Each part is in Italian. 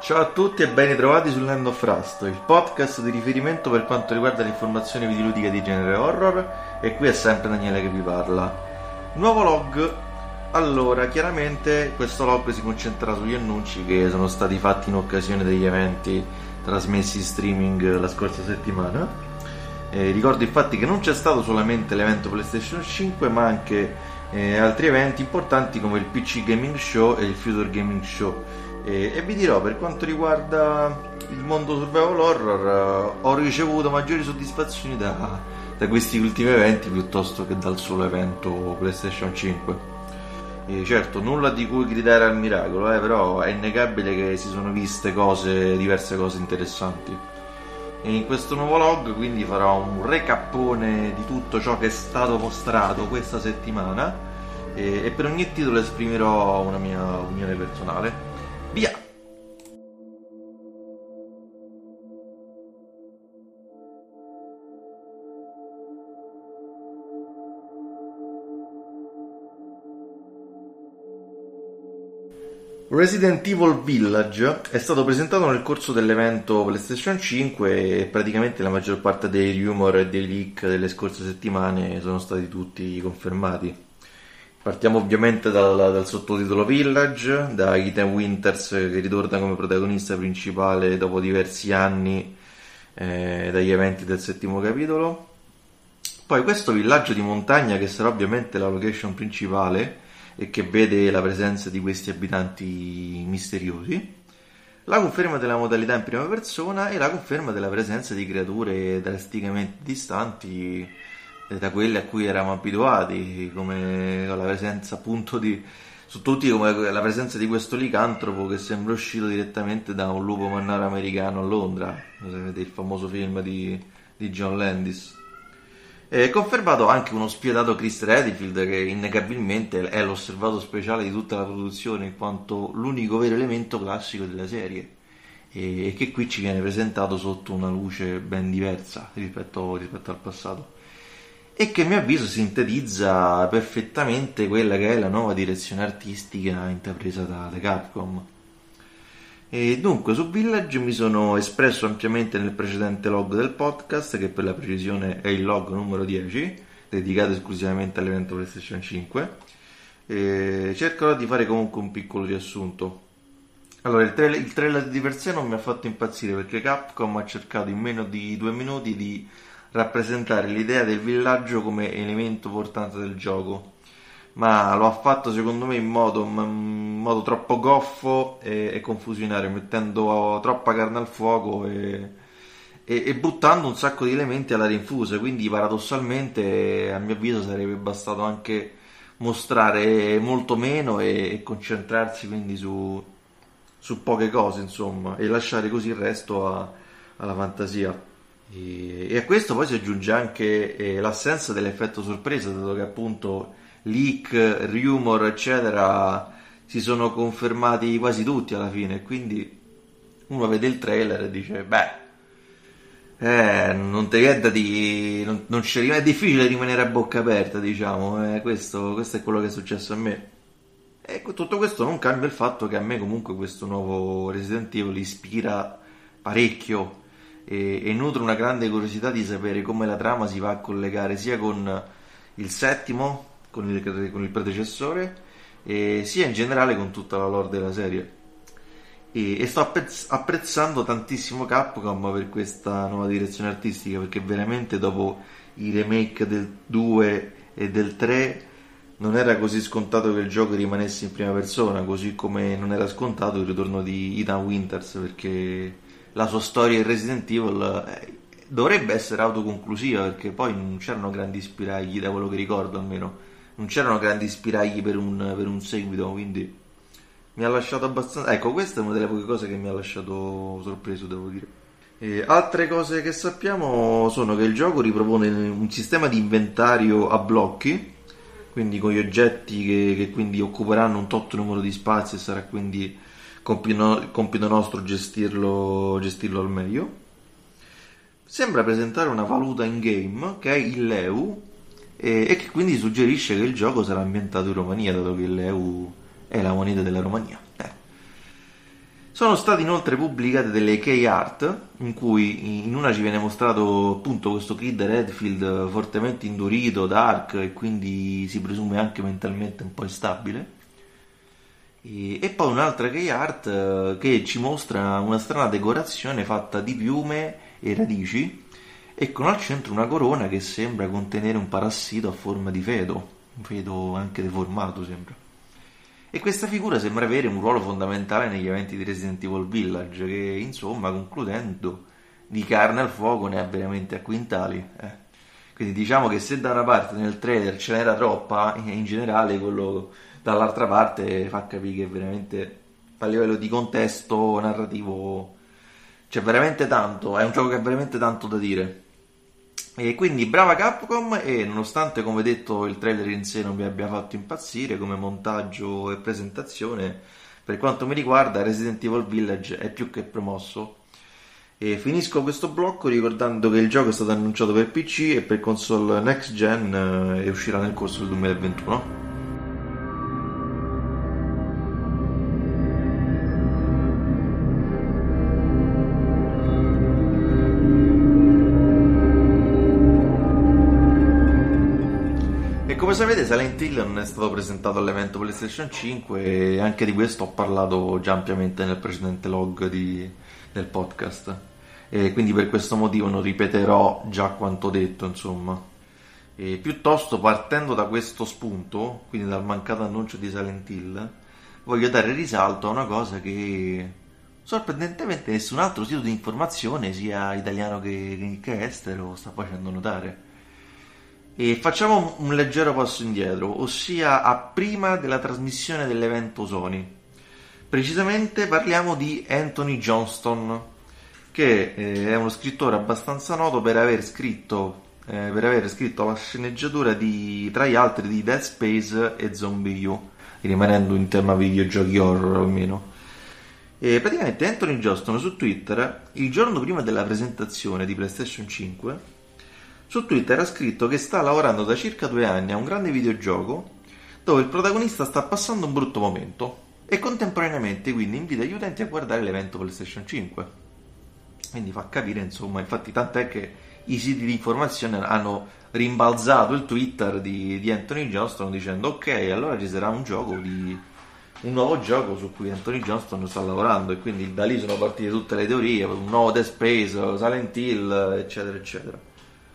Ciao a tutti e ben ritrovati su Land of Rust, il podcast di riferimento per quanto riguarda l'informazione videoludica di genere horror, e qui è sempre Daniele che vi parla. Nuovo log. Allora, chiaramente questo log si concentrerà sugli annunci che sono stati fatti in occasione degli eventi trasmessi in streaming la scorsa settimana. Ricordo infatti che non c'è stato solamente l'evento PlayStation 5, ma anche altri eventi importanti come il PC Gaming Show e il Future Gaming Show. E vi dirò, per quanto riguarda il mondo survival horror, ho ricevuto maggiori soddisfazioni da questi ultimi eventi piuttosto che dal solo evento PlayStation 5. Certo, nulla di cui gridare al miracolo, però è innegabile che si sono viste diverse cose interessanti. E in questo nuovo log quindi farò un recappone di tutto ciò che è stato mostrato questa settimana e per ogni titolo esprimerò una mia opinione personale. Via! Resident Evil Village è stato presentato nel corso dell'evento PlayStation 5 e praticamente la maggior parte dei rumor e dei leak delle scorse settimane sono stati tutti confermati. Partiamo ovviamente dal sottotitolo Village, da Ethan Winters che ritorna come protagonista principale dopo diversi anni dagli eventi del settimo capitolo. Poi questo villaggio di montagna, che sarà ovviamente la location principale e che vede la presenza di questi abitanti misteriosi, la conferma della modalità in prima persona e la conferma della presenza di creature drasticamente distanti da quelle a cui eravamo abituati, come la presenza appunto su tutti, come la presenza di questo licantropo che sembra uscito direttamente da un lupo mannaro americano a Londra, il famoso film di John Landis. È confermato anche uno spietato Chris Redfield, che innegabilmente è l'osservato speciale di tutta la produzione in quanto l'unico vero elemento classico della serie, e che qui ci viene presentato sotto una luce ben diversa rispetto al passato, e che a mio avviso sintetizza perfettamente quella che è la nuova direzione artistica intrapresa da Capcom. E dunque, su Village mi sono espresso ampiamente nel precedente log del podcast, che per la precisione è il log numero 10, dedicato esclusivamente all'evento PlayStation 5. Cercherò di fare comunque un piccolo riassunto. Allora, il trailer di per sé non mi ha fatto impazzire, perché Capcom ha cercato in meno di 2 minuti di rappresentare l'idea del villaggio come elemento portante del gioco, ma lo ha fatto secondo me in modo troppo goffo e confusionario, mettendo troppa carne al fuoco e buttando un sacco di elementi alla rinfusa. Quindi paradossalmente a mio avviso sarebbe bastato anche mostrare molto meno e concentrarsi quindi su poche cose, insomma, e lasciare così il resto alla fantasia. E a questo poi si aggiunge anche l'assenza dell'effetto sorpresa, dato che appunto leak, rumor eccetera si sono confermati quasi tutti alla fine, quindi uno vede il trailer e dice non te viene non è difficile rimanere a bocca aperta, diciamo. Questo è quello che è successo a me, e tutto questo non cambia il fatto che a me comunque questo nuovo Resident Evil ispira parecchio e nutre una grande curiosità di sapere come la trama si va a collegare sia con il settimo, con il predecessore, e sia in generale con tutta la lore della serie. E sto apprezzando tantissimo Capcom per questa nuova direzione artistica, perché veramente dopo i remake del 2 e del 3 non era così scontato che il gioco rimanesse in prima persona, così come non era scontato il ritorno di Ethan Winters, perché la sua storia in Resident Evil dovrebbe essere autoconclusiva, perché poi non c'erano grandi spiragli, da quello che ricordo almeno, non c'erano grandi spiragli per un seguito, quindi mi ha lasciato abbastanza. Ecco, questa è una delle poche cose che mi ha lasciato sorpreso, devo dire. Altre cose che sappiamo sono che il gioco ripropone un sistema di inventario a blocchi, quindi con gli oggetti che quindi occuperanno un tot numero di spazi, e sarà quindi compito nostro gestirlo al meglio. Sembra presentare una valuta in game che è il Leu, e che quindi suggerisce che il gioco sarà ambientato in Romania, dato che l'EU è la moneta della Romania. Sono state inoltre pubblicate delle key art in cui in una ci viene mostrato appunto questo Kid Redfield fortemente indurito, dark e quindi si presume anche mentalmente un po' instabile. E poi un'altra key art che ci mostra una strana decorazione fatta di piume e radici e con al centro una corona che sembra contenere un parassito a forma di feto, un feto anche deformato sembra. E questa figura sembra avere un ruolo fondamentale negli eventi di Resident Evil Village, che insomma, concludendo, di carne al fuoco ne ha veramente a quintali. Quindi diciamo che se da una parte nel trailer ce n'era troppa, in generale quello dall'altra parte fa capire che veramente a livello di contesto narrativo c'è veramente tanto, è un gioco che ha veramente tanto da dire. E quindi brava Capcom, e nonostante come detto il trailer in sé non mi abbia fatto impazzire come montaggio e presentazione, per quanto mi riguarda Resident Evil Village è più che promosso. E finisco questo blocco ricordando che il gioco è stato annunciato per PC e per console next gen e uscirà nel corso del 2021. Come sapete, Silent Hill non è stato presentato all'evento PlayStation 5 e anche di questo ho parlato già ampiamente nel precedente log del podcast, e quindi per questo motivo non ripeterò già quanto detto, insomma. E piuttosto, partendo da questo spunto, quindi dal mancato annuncio di Silent Hill, voglio dare risalto a una cosa che sorprendentemente nessun altro sito di informazione, sia italiano che estero, sta facendo notare. E facciamo un leggero passo indietro, ossia a prima della trasmissione dell'evento Sony. Precisamente parliamo di Anthony Johnston, che è uno scrittore abbastanza noto per aver scritto la sceneggiatura di, tra gli altri, di Dead Space e Zombie U, rimanendo in tema videogiochi horror almeno. E praticamente Anthony Johnston su Twitter, il giorno prima della presentazione di PlayStation 5, su Twitter ha scritto che sta lavorando da circa 2 anni a un grande videogioco dove il protagonista sta passando un brutto momento e contemporaneamente quindi invita gli utenti a guardare l'evento PlayStation 5. Quindi fa capire, insomma, infatti tant'è che i siti di informazione hanno rimbalzato il Twitter di Anthony Johnston dicendo ok, allora ci sarà un nuovo gioco su cui Anthony Johnston sta lavorando, e quindi da lì sono partite tutte le teorie, un nuovo Dead Space, Silent Hill, eccetera eccetera.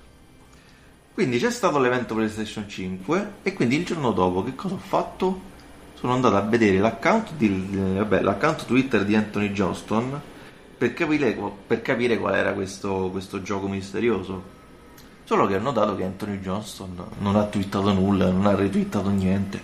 Quindi c'è stato l'evento PlayStation 5 e quindi il giorno dopo che cosa ho fatto? Sono andato a vedere l'account Twitter di Anthony Johnston per capire qual era questo gioco misterioso. Solo che ho notato che Anthony Johnston non ha twittato nulla, non ha retweetato niente.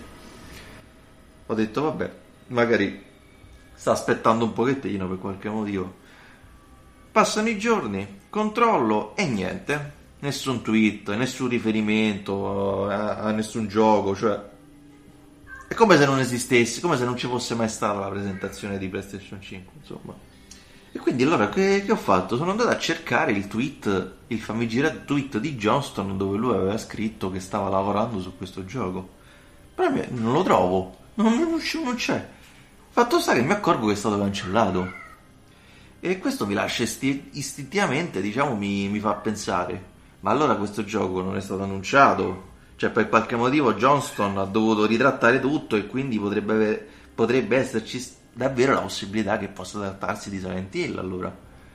Ho detto vabbè, magari sta aspettando un pochettino per qualche motivo. Passano i giorni, controllo e niente. Nessun tweet, nessun riferimento a nessun gioco, cioè è come se non esistesse, come se non ci fosse mai stata la presentazione di PlayStation 5, insomma. E quindi allora che ho fatto? Sono andato a cercare il famigerato tweet di Johnston dove lui aveva scritto che stava lavorando su questo gioco. Però non lo trovo, non c'è. Fatto sta che mi accorgo che è stato cancellato. E questo mi lascia istintivamente, diciamo, mi fa pensare. Ma allora questo gioco non è stato annunciato? Cioè per qualche motivo Johnston ha dovuto ritrattare tutto e quindi potrebbe esserci davvero la possibilità che possa trattarsi di Silent Hill allora.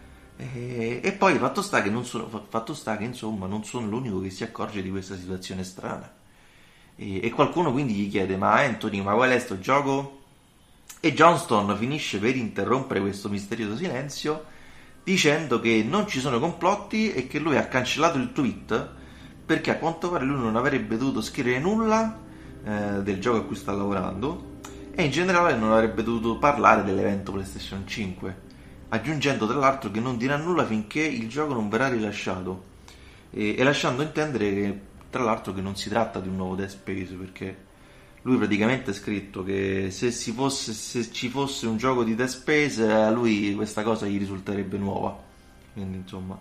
E poi fatto sta che insomma non sono l'unico che si accorge di questa situazione strana. E qualcuno quindi gli chiede: ma Anthony, ma qual è sto gioco? E Johnston finisce per interrompere questo misterioso silenzio dicendo che non ci sono complotti e che lui ha cancellato il tweet perché a quanto pare lui non avrebbe dovuto scrivere nulla del gioco a cui sta lavorando e in generale non avrebbe dovuto parlare dell'evento PlayStation 5, aggiungendo tra l'altro che non dirà nulla finché il gioco non verrà rilasciato, e lasciando intendere che tra l'altro che non si tratta di un nuovo Dead Space, perché lui praticamente ha scritto che se ci fosse un gioco di Dead Space a lui questa cosa gli risulterebbe nuova. Quindi insomma,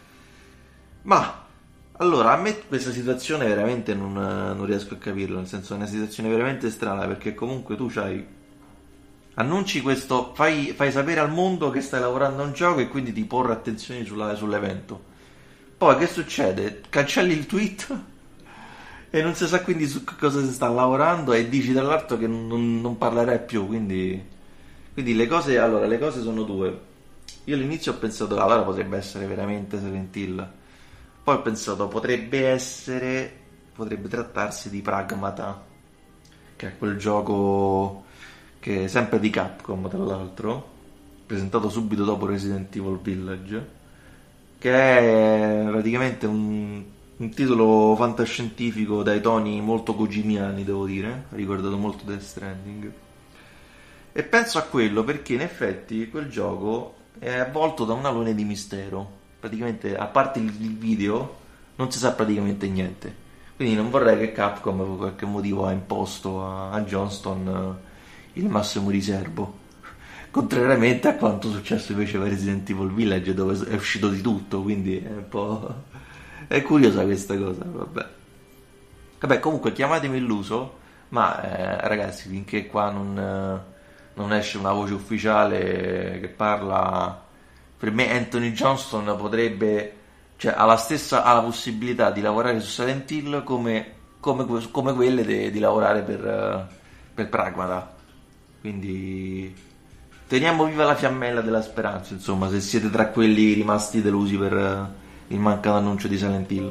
ma allora a me questa situazione veramente non riesco a capirla, nel senso è una situazione veramente strana, perché comunque tu c'hai annunci questo, fai sapere al mondo che stai lavorando a un gioco e quindi ti porre attenzione sull'evento. Poi che succede? Cancelli il tweet e non si sa quindi su che cosa si sta lavorando e dici dall'altro che non parlerai più, quindi le cose sono due. Io all'inizio ho pensato, allora potrebbe essere veramente Silent Hill. Poi ho pensato, potrebbe trattarsi di Pragmata, che è quel gioco che è sempre di Capcom, tra l'altro, presentato subito dopo Resident Evil Village, che è praticamente un titolo fantascientifico dai toni molto kojimiani, devo dire, ha ricordato molto Death Stranding. E penso a quello perché in effetti quel gioco è avvolto da un alone di mistero. Praticamente, a parte il video, non si sa praticamente niente. Quindi non vorrei che Capcom per qualche motivo ha imposto a Johnston il massimo riservo. Contrariamente a quanto successo invece per Resident Evil Village, dove è uscito di tutto, quindi è un po'... è curiosa questa cosa, vabbè, comunque chiamatemi illuso, ma ragazzi, finché qua non esce una voce ufficiale che parla, per me Anthony Johnston potrebbe, cioè ha la possibilità di lavorare su Silent Hill come quelle di lavorare per Pragmata. Quindi teniamo viva la fiammella della speranza, insomma, se siete tra quelli rimasti delusi per il mancato annuncio di Silent Hill.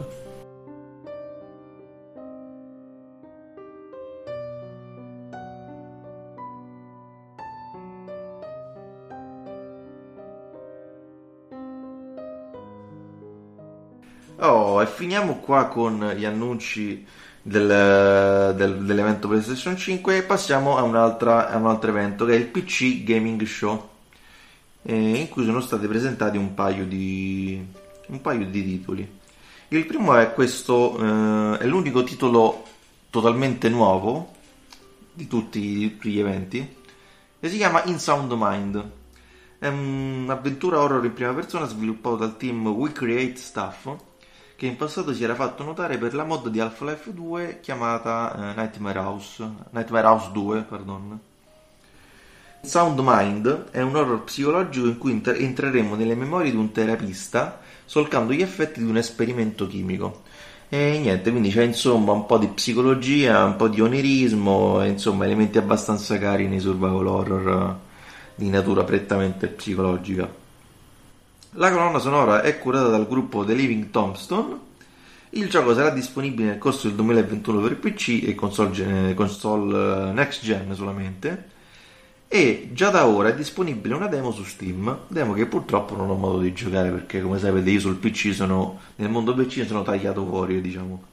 Oh, e finiamo qua con gli annunci dell'evento PlayStation 5 e passiamo a un altro evento che è il PC Gaming Show, in cui sono stati presentati un paio di titoli. Il primo è questo, è l'unico titolo totalmente nuovo di tutti gli eventi e si chiama In Sound Mind. È un'avventura horror in prima persona sviluppato dal team We Create Stuff, che in passato si era fatto notare per la mod di Half-Life 2 chiamata Nightmare House 2, pardon. Sound Mind è un horror psicologico in cui entreremo nelle memorie di un terapista solcando gli effetti di un esperimento chimico. E niente, quindi c'è insomma un po' di psicologia, un po' di onirismo, e, insomma elementi abbastanza cari nei survival horror di natura prettamente psicologica. La colonna sonora è curata dal gruppo The Living Tombstone. Il gioco sarà disponibile nel corso del 2021 per PC e console next gen solamente. E già da ora è disponibile una demo su Steam, demo che purtroppo non ho modo di giocare perché, come sapete, io sul PC nel mondo PC sono tagliato fuori, diciamo.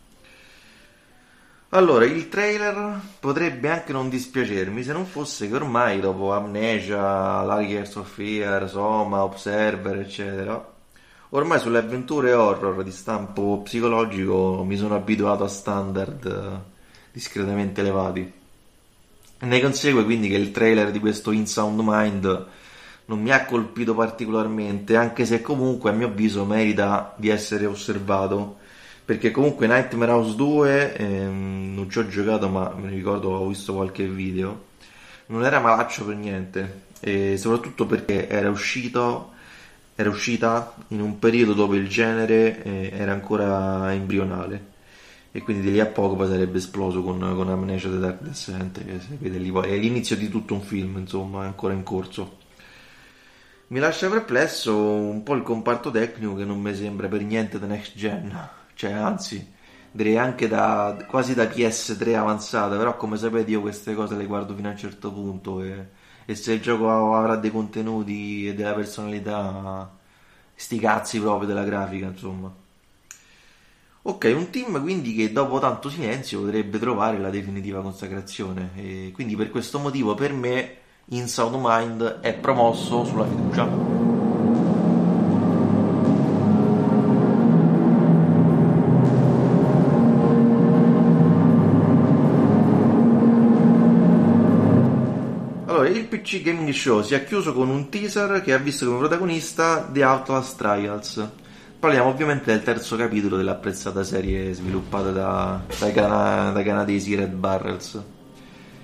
Allora, il trailer potrebbe anche non dispiacermi se non fosse che ormai dopo Amnesia, Layers of Fear, Soma, Observer, eccetera, ormai sulle avventure horror di stampo psicologico mi sono abituato a standard discretamente elevati. Ne consegue quindi che il trailer di questo In Sound Mind non mi ha colpito particolarmente, anche se comunque a mio avviso merita di essere osservato, perché comunque Nightmare House 2 non ci ho giocato, ma mi ricordo ho visto qualche video, non era malaccio per niente, e soprattutto perché era uscita in un periodo dove il genere era ancora embrionale, e quindi di lì a poco poi sarebbe esploso con Amnesia The Dark Descent, che sapete lì poi è l'inizio di tutto un film, insomma, è ancora in corso. Mi lascia perplesso un po' il comparto tecnico, che non mi sembra per niente da next gen, cioè anzi direi anche quasi da PS3 avanzata, però come sapete io queste cose le guardo fino a un certo punto, e se il gioco avrà dei contenuti e della personalità, sti cazzi proprio della grafica, insomma. Ok, un team quindi che dopo tanto silenzio potrebbe trovare la definitiva consacrazione, e quindi per questo motivo per me In Sound Mind è promosso sulla fiducia. Allora, il PC Gaming Show si è chiuso con un teaser che ha visto come protagonista The Outlast Trials. Parliamo ovviamente del terzo capitolo dell'apprezzata serie sviluppata dai canadesi Red Barrels.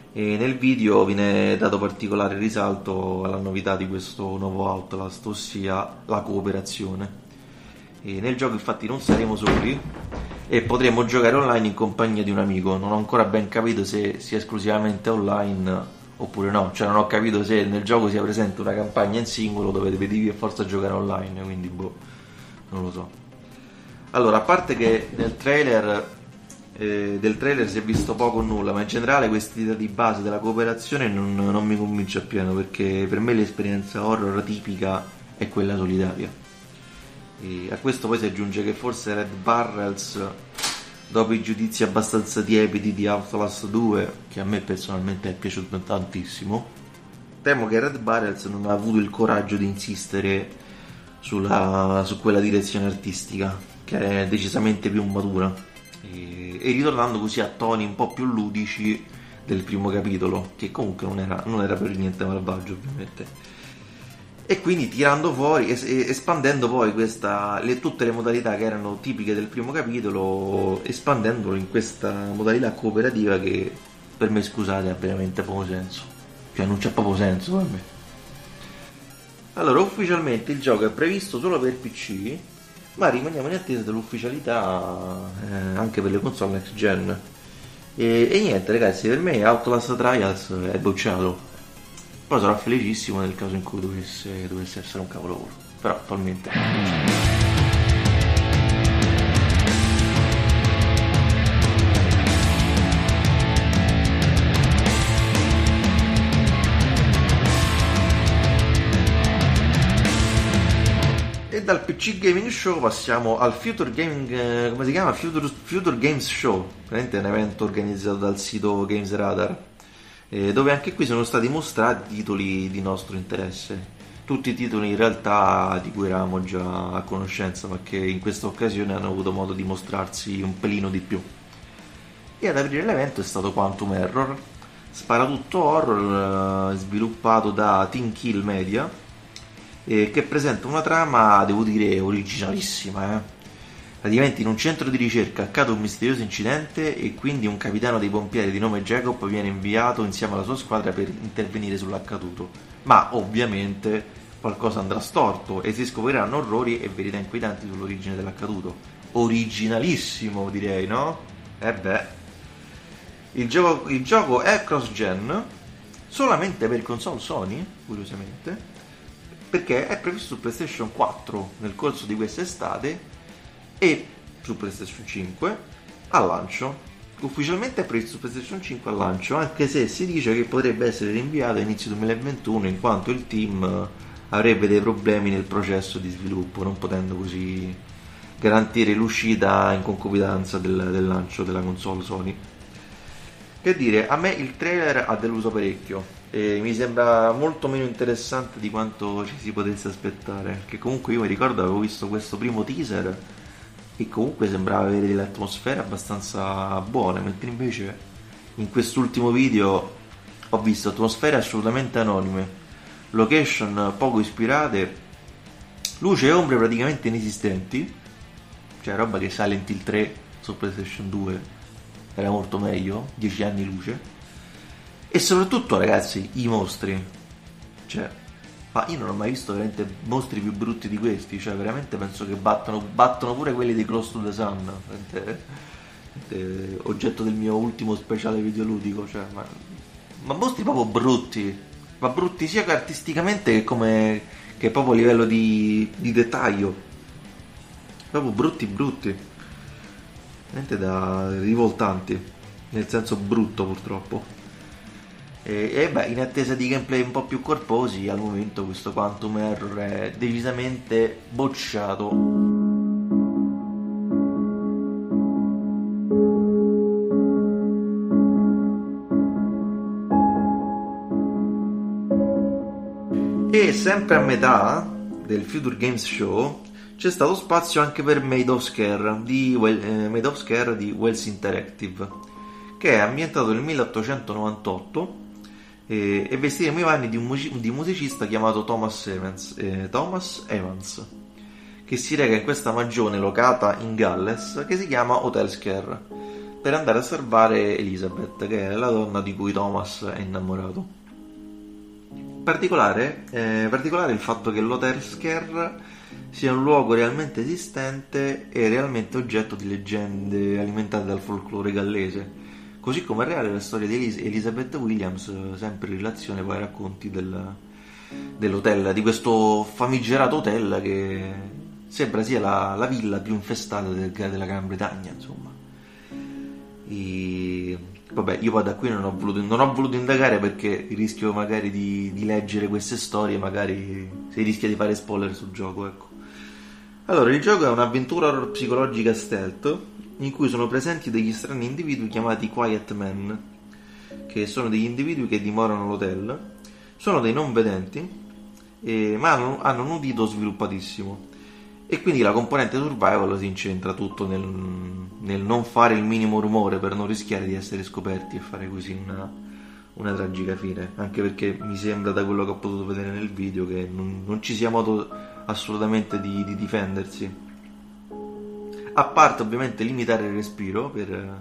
e nel video viene dato particolare risalto alla novità di questo nuovo Outlast, ossia la cooperazione. E nel gioco infatti non saremo soli e potremo giocare online in compagnia di un amico. Non ho ancora ben capito se sia esclusivamente online oppure no, cioè non ho capito se nel gioco sia presente una campagna in singolo dove devi per forza giocare online, quindi non lo so. Allora, a parte che del trailer si è visto poco o nulla, ma in generale questa idea di base della cooperazione non mi convince appieno, perché per me l'esperienza horror tipica è quella solitaria. E a questo poi si aggiunge che forse Red Barrels, dopo i giudizi abbastanza tiepidi di Outlast 2, che a me personalmente è piaciuto tantissimo, temo che Red Barrels non ha avuto il coraggio di insistere su quella direzione artistica, che è decisamente più matura, e ritornando così a toni un po' più ludici del primo capitolo, che comunque non era per niente malvagio, ovviamente. E quindi tirando fuori, espandendo poi tutte le modalità che erano tipiche del primo capitolo, espandendolo in questa modalità cooperativa che per me, scusate, ha veramente poco senso. Cioè non c'è proprio senso per me. Allora, ufficialmente il gioco è previsto solo per PC, ma rimaniamo in attesa dell'ufficialità anche per le console next gen. E niente ragazzi, per me Outlast Trials è bocciato. Poi sarò felicissimo nel caso in cui dovesse essere un capolavoro, però attualmente e dal PC Gaming Show passiamo al Future Gaming, come si chiama? Future Games Show, veramente è un evento organizzato dal sito Games Radar, dove anche qui sono stati mostrati titoli di nostro interesse, tutti i titoli in realtà di cui eravamo già a conoscenza, ma che in questa occasione hanno avuto modo di mostrarsi un pelino di più. E ad aprire l'evento è stato Quantum Error, sparatutto horror sviluppato da Team Kill Media, che presenta una trama, devo dire, originalissima. Praticamente in un centro di ricerca accade un misterioso incidente e quindi un capitano dei pompieri di nome Jacob viene inviato insieme alla sua squadra per intervenire sull'accaduto. Ma ovviamente qualcosa andrà storto e si scopriranno orrori e verità inquietanti sull'origine dell'accaduto. Originalissimo, direi, no? Il gioco è cross-gen solamente per console Sony, curiosamente, perché è previsto su PlayStation 4 nel corso di quest'estate e su PlayStation 5 al lancio. Ufficialmente è previsto su PlayStation 5 al lancio, anche se si dice che potrebbe essere rinviato a inizio 2021 in quanto il team avrebbe dei problemi nel processo di sviluppo, non potendo così garantire l'uscita in concomitanza del lancio della console Sony. Che dire, a me il trailer ha deluso parecchio e mi sembra molto meno interessante di quanto ci si potesse aspettare, perché comunque io mi ricordo avevo visto questo primo teaser e comunque sembrava avere delle atmosfere abbastanza buone, mentre invece in quest'ultimo video ho visto atmosfere assolutamente anonime, location poco ispirate, luce e ombre praticamente inesistenti, cioè roba che Silent Hill 3 su PlayStation 2 era molto meglio, 10 anni luce, e soprattutto ragazzi i mostri, cioè ma io non ho mai visto veramente mostri più brutti di questi, cioè veramente penso che battono pure quelli di Close to the Sun, oggetto del mio ultimo speciale videoludico, cioè, ma mostri proprio brutti, ma brutti sia artisticamente che proprio a livello di dettaglio, proprio brutti, veramente da rivoltanti, nel senso brutto purtroppo. E beh, in attesa di gameplay un po' più corposi, al momento questo Quantum Error è decisamente bocciato. E sempre a metà del Future Games Show c'è stato spazio anche per Made of Scare di Wells Interactive, che è ambientato nel 1898 e vestiremo i panni di un musicista chiamato Thomas Evans, che si reca in questa magione locata in Galles che si chiama Hotel Scare. per andare a salvare Elizabeth, che è la donna di cui Thomas è innamorato. Particolare il fatto che l'Hotel Scare sia un luogo realmente esistente e realmente oggetto di leggende alimentate dal folklore gallese, così come è reale la storia di Elizabeth Williams, sempre in relazione poi ai racconti dell'hotel, di questo famigerato hotel che sembra sia la villa più infestata della Gran Bretagna, insomma. Vabbè, io poi da qui non ho voluto indagare, perché il rischio magari di leggere queste storie, magari si rischia di fare spoiler sul gioco, ecco. Allora, il gioco è un'avventura horror psicologica stealth in cui sono presenti degli strani individui chiamati Quiet Men, che sono degli individui che dimorano all'hotel, sono dei non vedenti, ma hanno un udito sviluppatissimo. E quindi la componente survival si incentra tutto nel non fare il minimo rumore per non rischiare di essere scoperti e fare così una tragica fine. Anche perché mi sembra, da quello che ho potuto vedere nel video, che non ci sia modo assolutamente di difendersi. A parte ovviamente limitare il respiro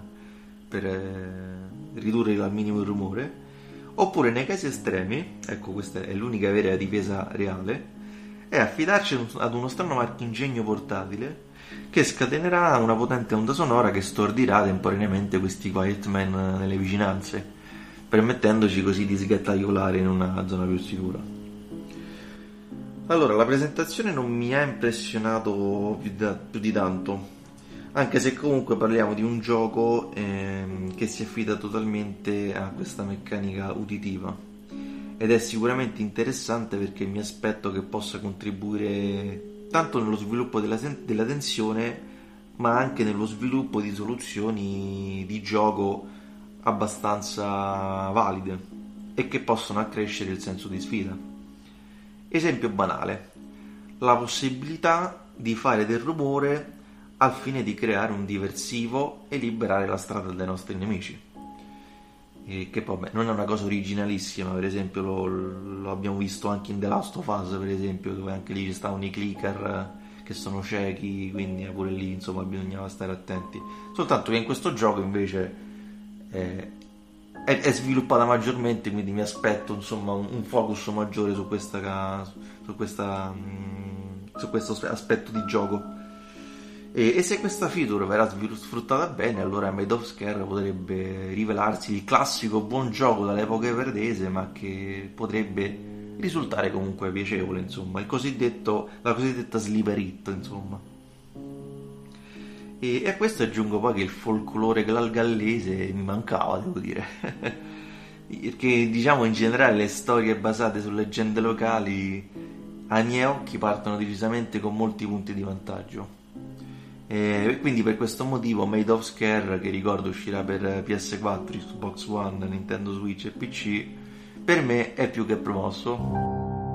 per ridurre al minimo il rumore, oppure nei casi estremi, ecco, questa è l'unica vera difesa reale, è affidarci ad uno strano marchingegno portatile che scatenerà una potente onda sonora che stordirà temporaneamente questi Quiet Men nelle vicinanze, permettendoci così di sgattaiolare in una zona più sicura. Allora, la presentazione non mi ha impressionato più di tanto, anche se comunque parliamo di un gioco che si affida totalmente a questa meccanica uditiva. Ed è sicuramente interessante, perché mi aspetto che possa contribuire tanto nello sviluppo della tensione, ma anche nello sviluppo di soluzioni di gioco abbastanza valide e che possono accrescere il senso di sfida. Esempio banale: la possibilità di fare del rumore al fine di creare un diversivo e liberare la strada dai nostri nemici. Che vabbè, non è una cosa originalissima, per esempio lo abbiamo visto anche in The Last of Us, per esempio, dove anche lì ci stavano i clicker che sono ciechi, quindi pure lì insomma bisognava stare attenti. Soltanto che in questo gioco invece è sviluppata maggiormente, quindi mi aspetto insomma un focus maggiore su questo aspetto di gioco. E se questa feature verrà sfruttata bene, allora Made of Scare potrebbe rivelarsi il classico buon gioco dall'epoca everdese, ma che potrebbe risultare comunque piacevole, insomma, la cosiddetta sleeper hit, insomma. E a questo aggiungo poi che il folklore gallese mi mancava, devo dire. Perché diciamo in generale le storie basate su leggende locali ai miei occhi partono decisamente con molti punti di vantaggio. E quindi per questo motivo Made of Scare, che ricordo uscirà per PS4, Xbox One, Nintendo Switch e PC, per me è più che promosso.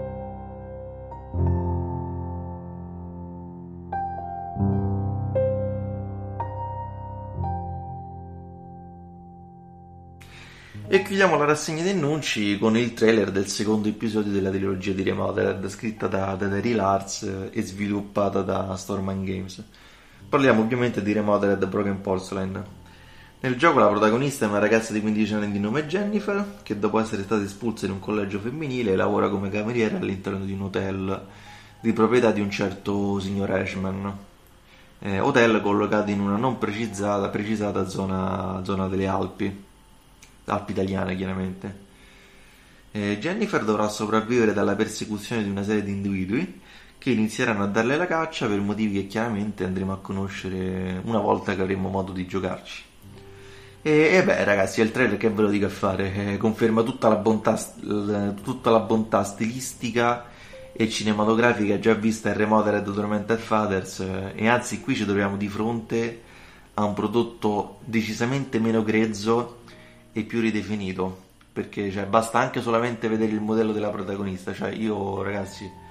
E chiudiamo la rassegna di annunci con il trailer del secondo episodio della trilogia di Remodeled, scritta da Daryl Lars e sviluppata da Storman Games. Parliamo ovviamente di Remodeled Broken Porcelain. Nel gioco la protagonista è una ragazza di 15 anni di nome Jennifer, che dopo essere stata espulsa in un collegio femminile lavora come cameriera all'interno di un hotel di proprietà di un certo signor Ashman. Hotel collocato in una non precisata zona delle Alpi italiane chiaramente. Jennifer dovrà sopravvivere dalla persecuzione di una serie di individui che inizieranno a darle la caccia per motivi che chiaramente andremo a conoscere una volta che avremo modo di giocarci. E beh ragazzi, il trailer che ve lo dico a fare, conferma tutta la bontà stilistica e cinematografica già vista in Remodeled Tormented Fathers, e anzi qui ci troviamo di fronte a un prodotto decisamente meno grezzo e più ridefinito, perché cioè, basta anche solamente vedere il modello della protagonista. Cioè io ragazzi,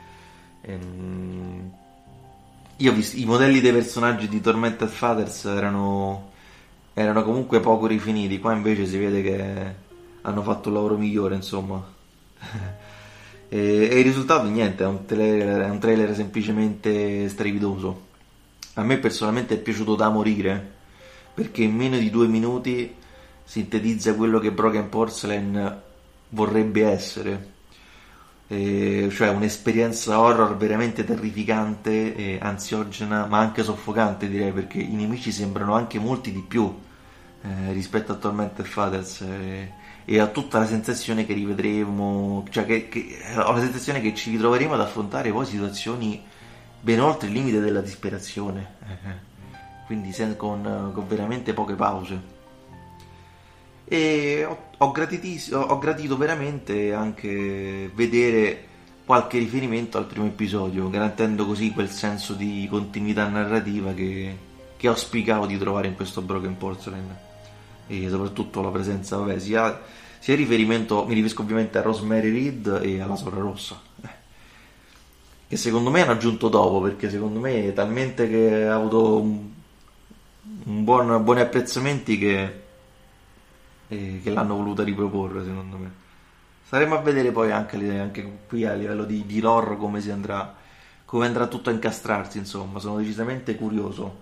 io ho visto i modelli dei personaggi di Tormented Fathers erano comunque poco rifiniti, qua invece si vede che hanno fatto un lavoro migliore, insomma. e il risultato niente, è un trailer semplicemente strepitoso. A me personalmente è piaciuto da morire, perché in meno di 2 minuti sintetizza quello che Broken Porcelain vorrebbe essere. Cioè un'esperienza horror veramente terrificante e ansiogena, ma anche soffocante, direi, perché i nemici sembrano anche molti di più rispetto a Tormented Fathers, e ho tutta la sensazione che rivedremo, cioè ho la sensazione che ci ritroveremo ad affrontare poi situazioni ben oltre il limite della disperazione, quindi con veramente poche pause. E ho gradito veramente anche vedere qualche riferimento al primo episodio, garantendo così quel senso di continuità narrativa che auspicavo di trovare in questo Broken Porcelain, e soprattutto la presenza, vabbè, sia riferimento, mi riferisco ovviamente a Rosemary Reed e alla Sora Rossa, che secondo me hanno aggiunto dopo, perché secondo me è talmente che ha avuto buoni apprezzamenti che l'hanno voluta riproporre, secondo me. Staremo a vedere poi anche qui a livello di lore come andrà tutto a incastrarsi, insomma, sono decisamente curioso.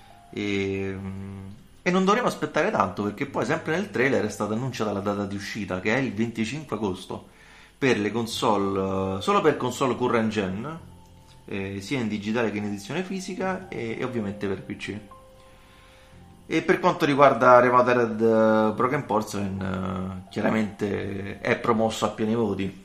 E non dovremo aspettare tanto, perché poi sempre nel trailer è stata annunciata la data di uscita, che è il 25 agosto, per le console, solo per console current gen, sia in digitale che in edizione fisica, e ovviamente per PC. E per quanto riguarda Remothered Broken Porcelain, chiaramente è promosso a pieni voti.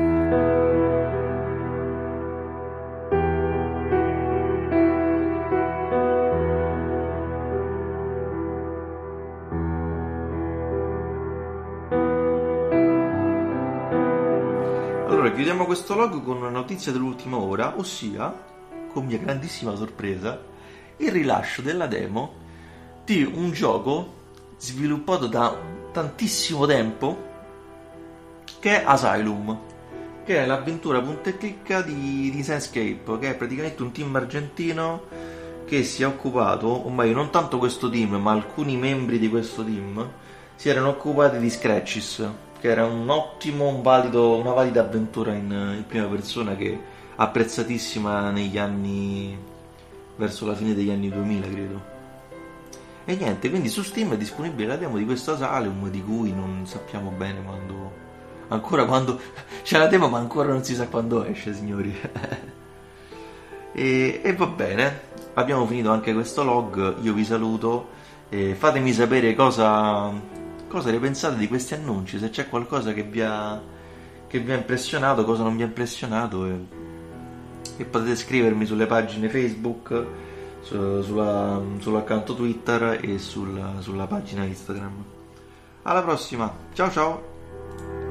Allora, chiudiamo questo log con una notizia dell'ultima ora, ossia, con mia grandissima sorpresa, il rilascio della demo di un gioco sviluppato da tantissimo tempo, che è Asylum, che è l'avventura punta e clicca di Senscape, che è praticamente un team argentino che si è occupato, o meglio non tanto questo team ma alcuni membri di questo team si erano occupati di Scratchis, che era una valida avventura in prima persona, che apprezzatissima negli anni, verso la fine degli anni 2000 credo. E niente, quindi su Steam è disponibile la demo di questo Asylum, di cui non sappiamo bene quando c'è la demo, ma ancora non si sa quando esce, signori. E va bene, abbiamo finito anche questo log. Io vi saluto, fatemi sapere cosa ne pensate di questi annunci, se c'è qualcosa che vi ha impressionato, cosa non vi ha impressionato, e potete scrivermi sulle pagine Facebook, sull'account Twitter e sulla pagina Instagram. Alla prossima, ciao ciao!